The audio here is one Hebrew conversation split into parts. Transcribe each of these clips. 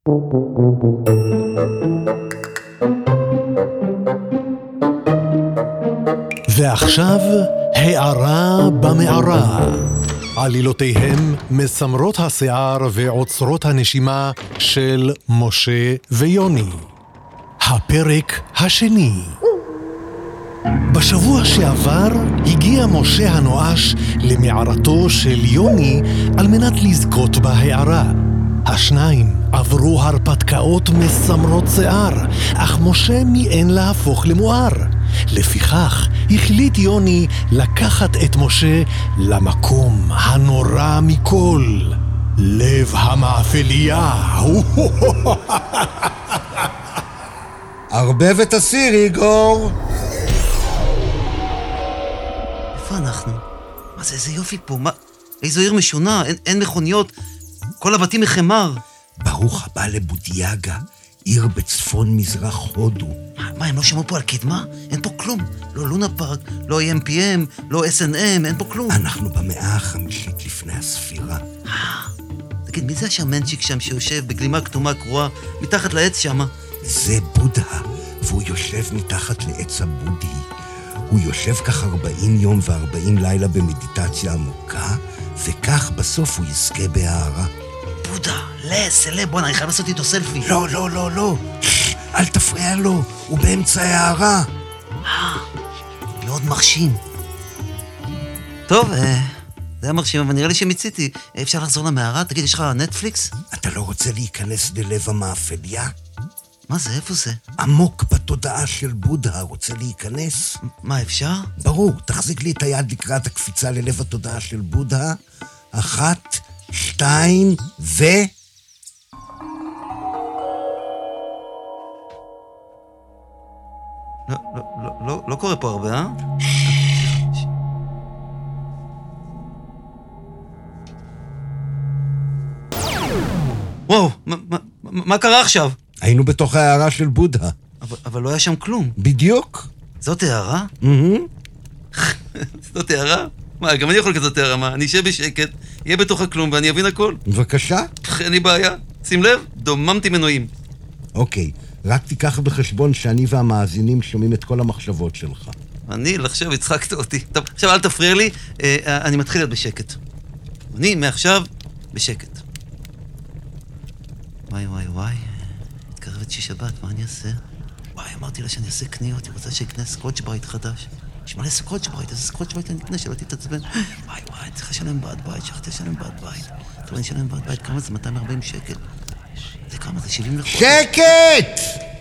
ועכשיו, הערה במערה. עלילותיהם מסמרות השיער ועוצרות הנשימה של משה ויוני. הפרק השני. בשבוע שעבר הגיע משה הנואש למערתו של יוני על מנת לזכות בהערה. השניים עברו הרפתקאות מסמרות שיער, אך משה מיאן להפוך למואר. לפיכך החליט יוני לקחת את משה למקום הנורא מכל, לב המאפליה. הרבה ותסיר, איגור. איפה אנחנו? מה זה, איזה יופי פה, מה? איזו עיר משונה, אין מכוניות, כל הבתים מחמר. ברוך הבא לבודיאגה, עיר בצפון מזרח הודו. מה, הם לא שמעו פה על קדמה? אין פה כלום. לא לונה פארק, לא EMPM, לא S&M, אין פה כלום. אנחנו במאה החמישית לפני הספירה. תגיד, מי זה השמנצ'יק שם שיושב בגלימה כתומה קרועה מתחת לעץ שם? זה בודה, והוא יושב מתחת לעץ הבודי. הוא יושב כך 40 יום ו40 לילה במדיטציה עמוקה, וכך בסוף הוא יזכה בהערה. בודה, סלב, בוא, אני חייב לעשות איתו סלפי. לא. אל תפריע לו, הוא באמצע ההערה. מאוד מרשים. טוב, זה היה מרשים, אבל נראה לי שמיציתי. אפשר לחזור למערה? תגיד, יש לך נטפליקס? אתה לא רוצה להיכנס ללב המאפליה? מה זה? איפה זה? עמוק בתודעה של בודה, רוצה להיכנס? מה, אפשר? ברור, תחזיק לי את היד לקראת הקפיצה ללב התודעה של בודה. 1, 2, ו... לא קורה פה הרבה, אה? וואו, מה קרה עכשיו? היינו בתוך ההערה של בודה. אבל לא היה שם כלום. בדיוק. זאת הערה? זאת הערה? מה, גם אני יכול כזאת הערה, מה? אני אשב בשקט, יהיה בתוך הכלום ואני אבין הכל. בבקשה. אין לי בעיה. שים לב, דוממתי מנועים. אוקיי, רק תיקח בחשבון שאני והמאזינים שומעים את כל המחשבות שלך. אני, לחשב, הצחקת אותי. טוב, עכשיו אל תפריע לי, אני מתחיל להיות בשקט. אני מעכשיו בשקט. וואי. התקרבת שבת, מה אני אעשה? וואי, אמרתי לה שאני אעשה קניות, היא רוצה שיקנה סקוטש ברייט חדש. יש מלא סקוטש ברייט, איזה סקוטש ברייט אני אקנה, שלא תתעצבן. וואי, צריך לשלם בעד בית, שכחתי לשלם בעד בית. טוב, אני אשלם בעד בית, כמה זה? 240 שקל. זה כמה? זה 70 לחודש. שקט!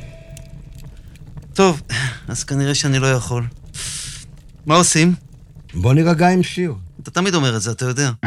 טוב, אז כנראה שאני לא יכול. מה עושים? בוא נירגע עם שיר. אתה תמיד אומר את זה, אתה יודע.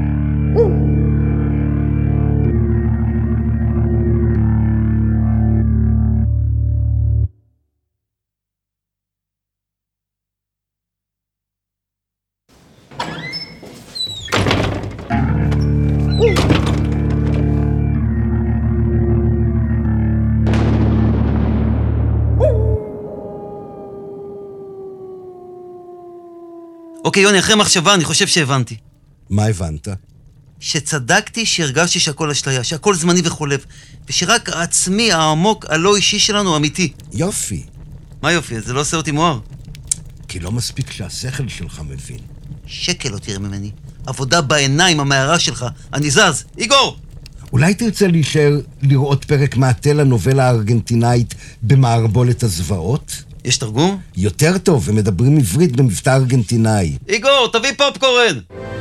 אוקיי, יוני, אחרי מחשבה אני חושב שהבנתי. מה הבנת? שצדקתי, שהרגשתי שהכל אשליה, שהכל זמני וחולף, ושרק העצמי העמוק הלא אישי שלנו אמיתי. יופי. מה יופי? זה לא עושה אותי מואר. כי לא מספיק שהשכל שלך מבין. שקל לא תראה ממני. עבודה בעיניים, המערה שלך. אני זז. איגור! אולי תרצה להישאר לראות פרק מעטל הנובלה הארגנטינאית במערבולת הזוועות? יש תרגום? יותר טוב, הם מדברים עברית במבטא ארגנטינאי. איגור, תביא פופקורן!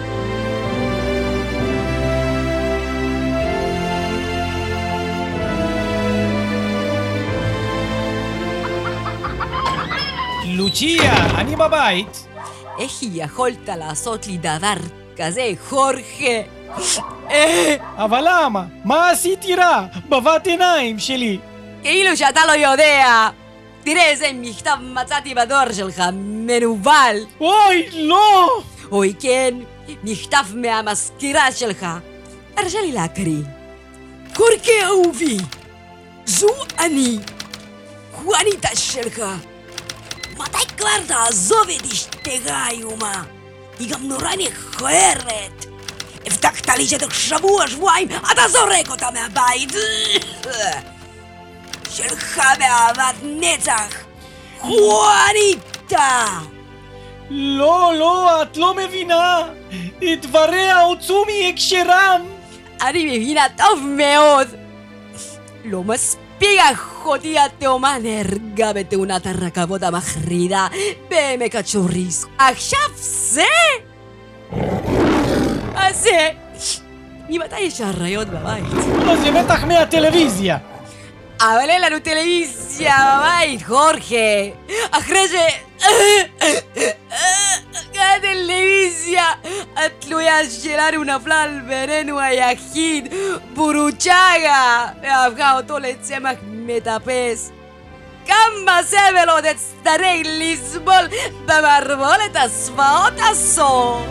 לוצ'יה, אני בבית. איך יכולת לעשות לי דבר כזה, חורכה? אבל למה? מה עשיתי רע? בבת עיניים שלי. כאילו שאתה לא יודע. תראה איזה מכתב מצאתי בדואר שלך, מנוול. אוי, לא! אוי כן, מכתב מהמזכירה שלך. הרשה לי להקריא. חורכה אהובי, זו אני, חואניטה שלך. מתי כבר תעזוב את אשתך איומה? היא גם נורא נכוערת. הבטחת לי שתוך שבוע, שבועיים אתה זורק אותה מהבית. שלך באהבת נצח, חואניטה! לא, את לא מבינה. דבריה הוצאו מהקשרם. אני מבינה טוב מאוד. לא מספיק אחותי התאומה נהרגה בתאונת הרכבות המחרידה בעמק הצ'וריס. עכשיו זה? אז זה... ממתי יש אריות בבית? זה בטח מהטלוויזיה. אבל אין לנו טלוויזיה בבית, חורכה. אחרי ש... הטלוויזיה התלויה שלנו נפלה על בינינו היחיד, בורוצ'אגה, והפכה אותו לצמח מטפס. כמה סבל עוד אצטרך לסבול במערבולת הזוועות הזו.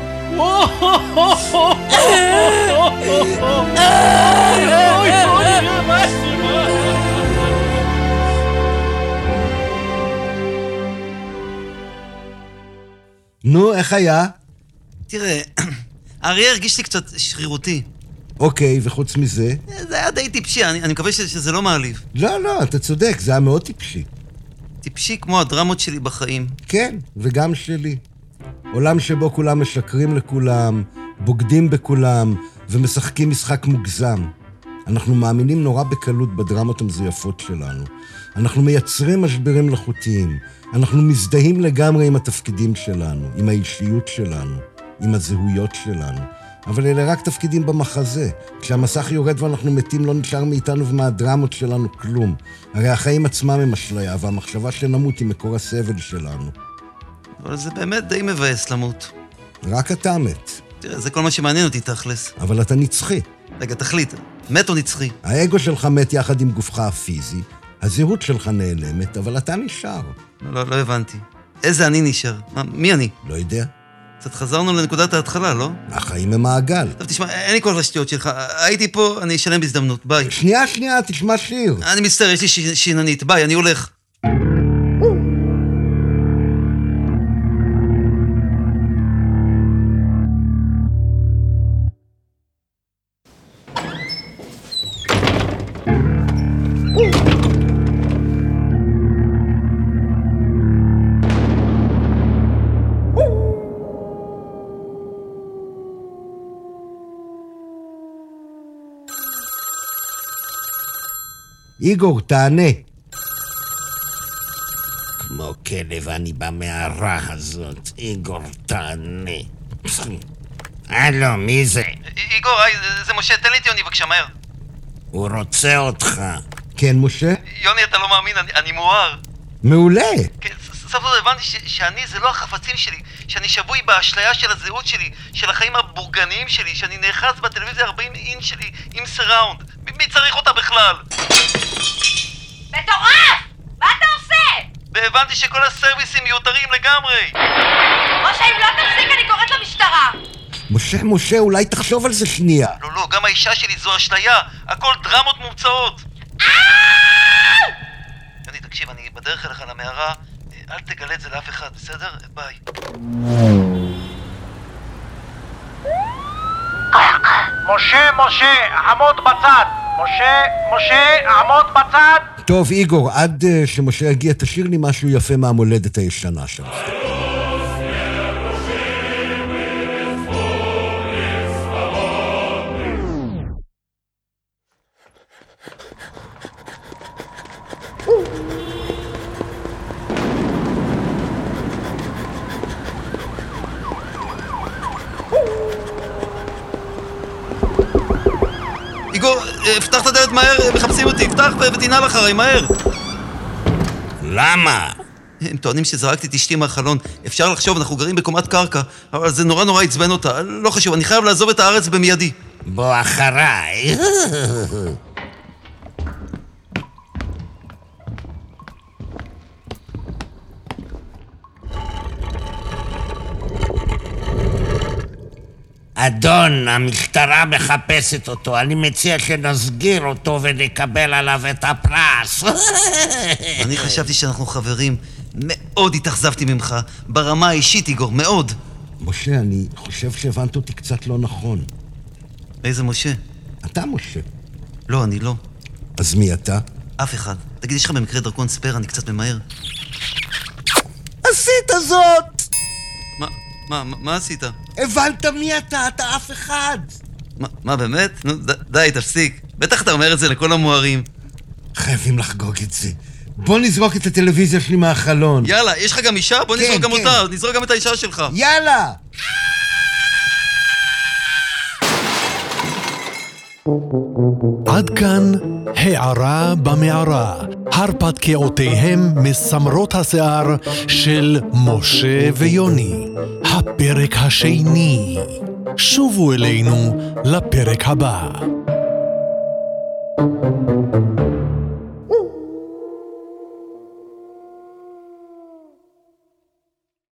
נו, איך היה? תראה, האריה הרגיש לי קצת שרירותי. אוקיי, וחוץ מזה? זה היה די טיפשי, אני מקווה שזה לא מעליב. לא, אתה צודק, זה היה מאוד טיפשי. טיפשי כמו הדרמות שלי בחיים. כן, וגם שלי. עולם שבו כולם משקרים לכולם, בוגדים בכולם, ומשחקים משחק מוגזם. אנחנו מאמינים נורא בקלות בדרמות המזויפות שלנו. אנחנו מייצרים משברים מלאכותיים. אנחנו מזדהים לגמרי עם התפקידים שלנו, עם האישיות שלנו, עם הזהויות שלנו. אבל אלה רק תפקידים במחזה. כשהמסך יורד ואנחנו מתים לא נשאר מאיתנו ומהדרמות שלנו כלום. הרי החיים עצמם הם אשליה, והמחשבה שנמות היא מקור הסבל שלנו. אבל זה באמת די מבאס למות. רק אתה מת. תראה, זה כל מה שמעניין אותי תכלס. אבל אתה נצחי. רגע, תחליט, מת או נצחי? האגו שלך מת יחד עם גופך הפיזי, הזהות שלך נעלמת, אבל אתה נשאר. לא הבנתי. איזה אני נשאר? מי אני? לא יודע. קצת חזרנו לנקודת ההתחלה, לא? החיים הם מעגל. טוב, תשמע, אין לי כוח לשטויות שלך. הייתי פה, אני אשלם בהזדמנות. ביי. שנייה, תשמע שיר. אני מצטער, יש לי שיננית. ביי, אני הולך. איגור, תענה. כמו כלב אני במערה הזאת. איגור, תענה. הלו, מי זה? איגור, זה משה, תן לי טיוני בבקשה, מהר. הוא רוצה אותך. כן, משה? יוני, אתה לא מאמין, אני מואר. מעולה. כן, סוף סוף הבנתי שאני זה לא החפצים שלי, שאני שבוי באשליה של הזהות שלי, של החיים הבורגניים שלי, שאני נאחז בטלוויזיה 40 אינץ' שלי עם סראונד. מי צריך אותה בכלל? מטורף! מה אתה עושה? והבנתי שכל הסרוויסים מיותרים לגמרי. משה, אם לא תפסיק אני קוראת למשטרה. משה, אולי תחשוב על זה שנייה. לא, גם האישה שלי זו אשליה. הכל דרמות מומצאות. יוני, תקשיב, אני בדרך אליך למערה. אל תגלה את זה לאף אחד, בסדר? ביי. משה, עמוד בצד. משה, עמוד בצד. טוב, איגור, עד שמשה יגיע, תשאיר לי משהו יפה מהמולדת הישנה שלך. איגור, פתח את הדלת מהר, מחפשים אותי, פתח ותנעל אחריי, מהר. למה? הם טוענים שזרקתי את אשתי מהחלון. אפשר לחשוב, אנחנו גרים בקומת קרקע, אבל זה נורא עצבן אותה. לא חשוב, אני חייב לעזוב את הארץ במיידי. בוא אחריי. אדון, המשטרה מחפשת אותו. אני מציע שנסגיר אותו ונקבל עליו את הפרס. אני חשבתי שאנחנו חברים. מאוד התאכזבתי ממך. ברמה האישית, איגור, מאוד. משה, אני חושב שהבנת אותי קצת לא נכון. איזה משה? אתה משה. לא, אני לא. אז מי אתה? אף אחד. תגיד, יש לך במקרה דרכון ספר? אני קצת ממהר. עשית זאת! מה עשית? הבנת מי אתה? אתה אף אחד! מה באמת? נו, די, תפסיק. בטח אתה אומר את זה לכל המוארים. חייבים לחגוג את זה. בוא נזרוק את הטלוויזיה שלי מהחלון. יאללה, יש לך גם אישה? בוא נזרוק גם אותה, נזרוק גם את האישה שלך. יאללה! עד כאן הערה במערה, הרפתקאותיהם מסמרות השיער של משה ויוני. הפרק השני. שובו אלינו לפרק הבא.